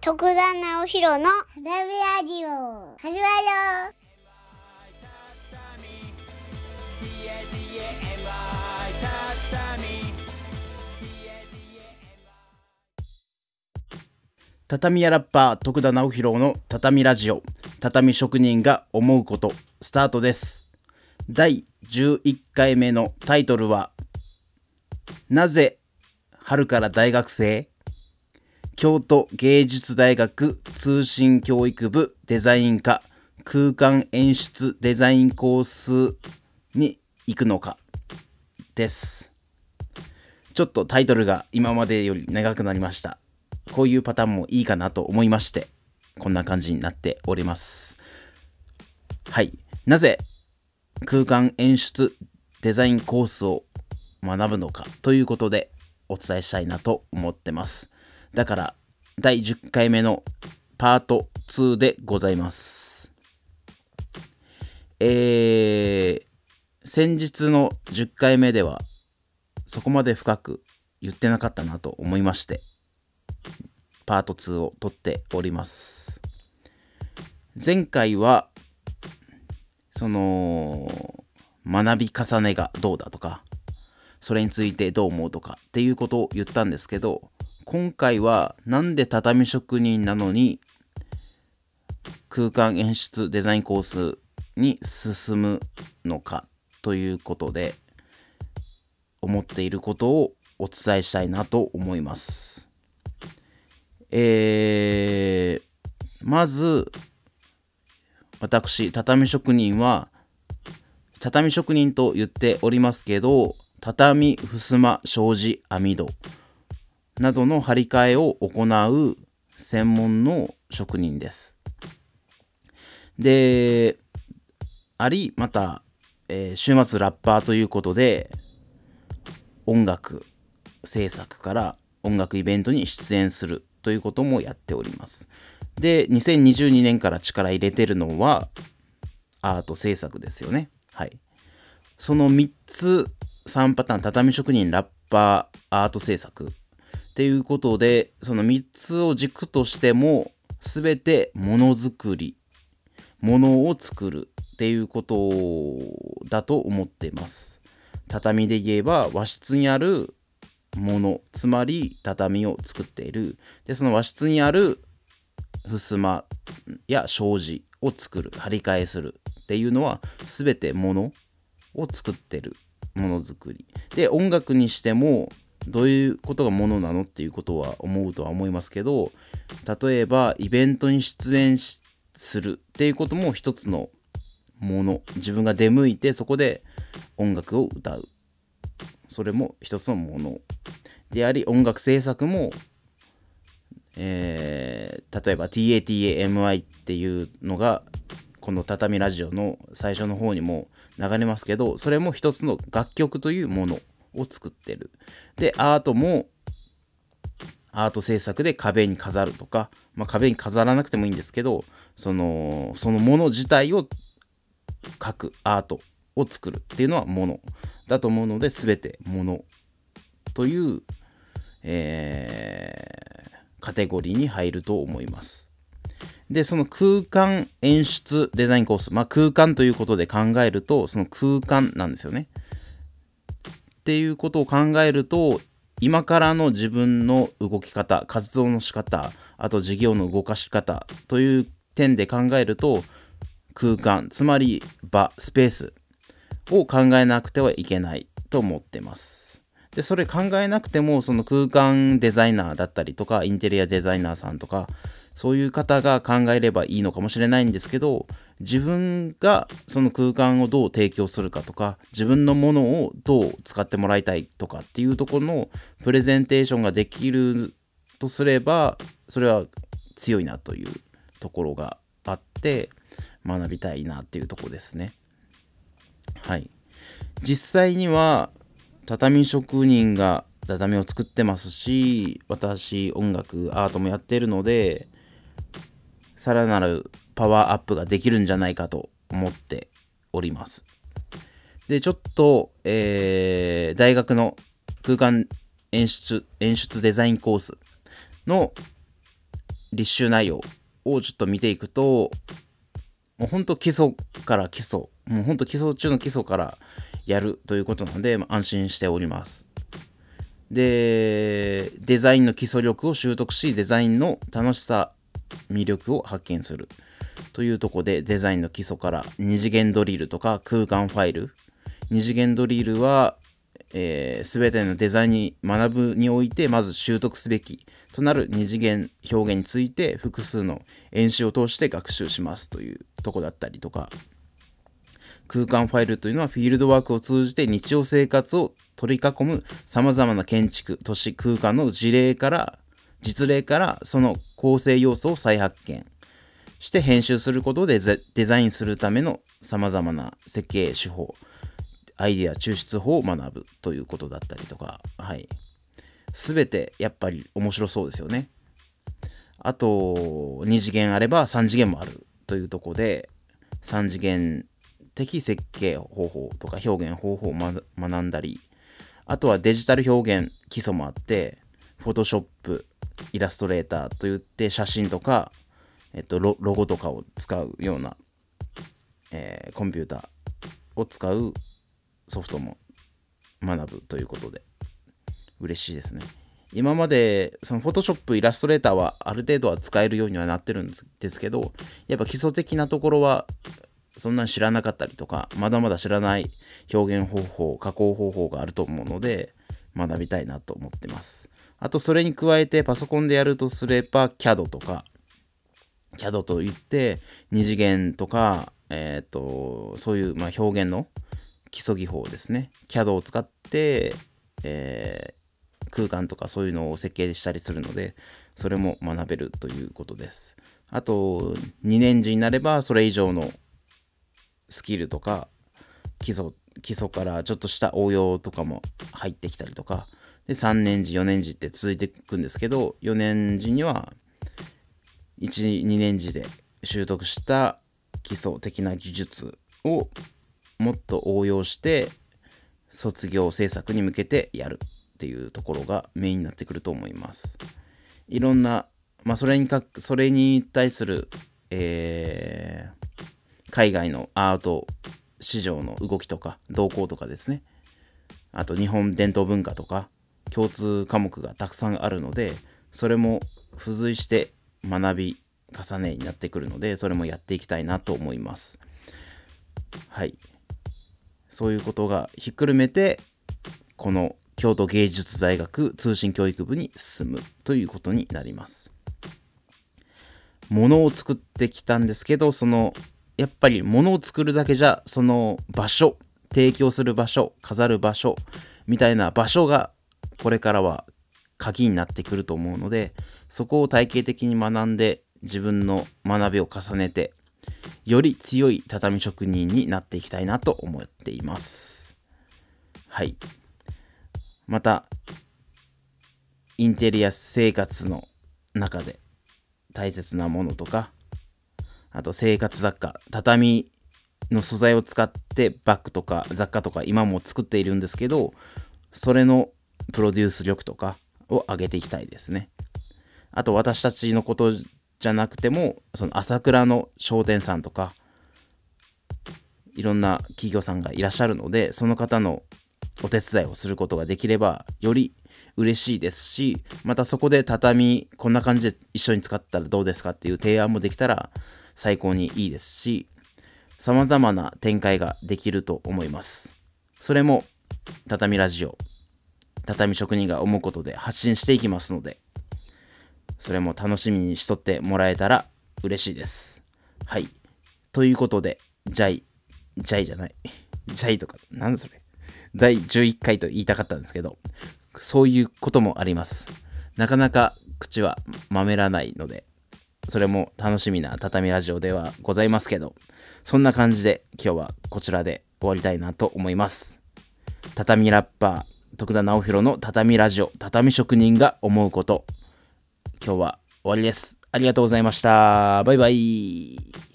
徳田直弘の畳ラジオ始まるよ。 畳屋ラッパー徳田直弘の畳ラジオ、畳職人が思うことスタートです。第11回目のタイトルは、なぜ春から大学生？京都芸術大学通信教育部デザイン科空間演出デザインコースに行くのかです。ちょっとタイトルが今までより長くなりました。こういうパターンもいいかなと思いまして、こんな感じになっております。はい。なぜ空間演出デザインコースを学ぶのかということでお伝えしたいなと思ってます。だから第10回目のパート2でございます。先日の10回目ではそこまで深く言ってなかったなと思いまして、パート2を撮っております。前回はその学び重ねがどうだとか、それについてどう思うとかっていうことを言ったんですけど、今回はなんで畳職人なのに空間演出デザインコースに進むのかということで、思っていることをお伝えしたいなと思います。まず私、畳職人は畳職人と言っておりますけど、畳、襖、障子、網戸などの張り替えを行う専門の職人です。でまた、週末ラッパーということで音楽制作から音楽イベントに出演するということもやっております。で2022年から力入れてるのはアート制作ですよね。はい。その3パターン、畳職人、ラッパー、アート制作っていうことで、その3つを軸としても全てものづくり、ものを作るっていうことだと思っています。畳で言えば和室にあるもの、つまり畳を作っている。でその和室にある襖や障子を作る、張り替えするっていうのは全てものを作ってる、ものづくりで、音楽にしてもどういうことがものなのっていうことは思うとは思いますけど、例えばイベントに出演するっていうことも一つのもの、自分が出向いてそこで音楽を歌う、それも一つのものであり、音楽制作も、例えば TATAMI っていうのがこの畳ラジオの最初の方にも流れますけど、それも一つの楽曲というものを作ってる。でアートもアート制作で壁に飾るとか、壁に飾らなくてもいいんですけど、そのもの自体を描く、アートを作るっていうのはものだと思うので、全てものという、カテゴリーに入ると思います。でその空間演出デザインコース、空間ということで考えると、その空間なんですよね。っていうことを考えると、今からの自分の動き方、活動の仕方、あと事業の動かし方という点で考えると、空間、つまり場、スペースを考えなくてはいけないと思ってます。でそれ考えなくても、その空間デザイナーだったりとか、インテリアデザイナーさんとか、そういう方が考えればいいのかもしれないんですけど、自分がその空間をどう提供するかとか、自分のものをどう使ってもらいたいとかっていうところのプレゼンテーションができるとすれば、それは強いなというところがあって、学びたいなっていうところですね。はい。実際には畳職人が畳を作ってますし、私音楽アートもやっているので、さらなるパワーアップができるんじゃないかと思っております。でちょっと、大学の空間演出デザインコースの立習内容をちょっと見ていくと、もうほんと基礎から基礎、もうほんと基礎中の基礎からやるということなので、安心しております。で、デザインの基礎力を習得し、デザインの楽しさ、魅力を発見するというところで、デザインの基礎から二次元ドリルとか空間ファイル。二次元ドリルは、すべてのデザインに学ぶにおいてまず習得すべきとなる二次元表現について複数の演習を通して学習しますというとこだったりとか、空間ファイルというのはフィールドワークを通じて日常生活を取り囲む様々な建築、都市、空間の実例からその構成要素を再発見して編集することでデザインするための様々な設計手法、アイデア抽出法を学ぶということだったりとか、はい。すべてやっぱり面白そうですよね。あと、2次元あれば3次元もあるというところで、3次元的設計方法とか表現方法を学んだり、あとはデジタル表現基礎もあって、フォトショップ、イラストレーターといって写真とか、ロゴとかを使うような、コンピューターを使うソフトも学ぶということで嬉しいですね。今までそのフォトショップ、イラストレーターはある程度は使えるようにはなってるんですけど、やっぱ基礎的なところはそんなに知らなかったりとか、まだまだ知らない表現方法、加工方法があると思うので学びたいなと思ってます。あとそれに加えてパソコンでやるとすれば CAD とか CAD といって二次元とか、そういう表現の基礎技法ですね。CAD を使って、空間とかそういうのを設計したりするので、それも学べるということです。あと2年次になればそれ以上のスキルとか基礎からちょっとした応用とかも入ってきたりとかで、3年次4年次って続いていくんですけど、4年次には2年次で習得した基礎的な技術をもっと応用して卒業制作に向けてやるっていうところがメインになってくると思います。いろんな、それに対する、海外のアート市場の動きとか動向とかですね、あと日本伝統文化とか共通科目がたくさんあるので、それも付随して学び重ねになってくるので、それもやっていきたいなと思います。はい、そういうことがひっくるめてこの京都芸術大学通信教育部に進むということになります。物を作ってきたんですけど、やっぱり物を作るだけじゃ、その場所、提供する場所、飾る場所みたいな場所がこれからは鍵になってくると思うので、そこを体系的に学んで自分の学びを重ねて、より強い畳職人になっていきたいなと思っています。はい。またインテリア生活の中で大切なものとか、あと生活雑貨、畳の素材を使ってバッグとか雑貨とか今も作っているんですけど、それのプロデュース力とかを上げていきたいですね。あと私たちのことじゃなくても、その朝倉の商店さんとかいろんな企業さんがいらっしゃるので、その方のお手伝いをすることができればより嬉しいですし、またそこで畳こんな感じで一緒に使ったらどうですかっていう提案もできたら最高にいいですし、様々な展開ができると思います。それも畳ラジオ、畳職人が思うことで発信していきますので、それも楽しみにしとってもらえたら嬉しいです。はい、ということでジャイとかなんそれ第11回と言いたかったんですけど、そういうこともあります。なかなか口はまめらないので、それも楽しみな畳ラジオではございますけど、そんな感じで今日はこちらで終わりたいなと思います。畳ラッパー徳田直弘の畳ラジオ、畳職人が思うこと、今日は終わりです。ありがとうございました。バイバイ。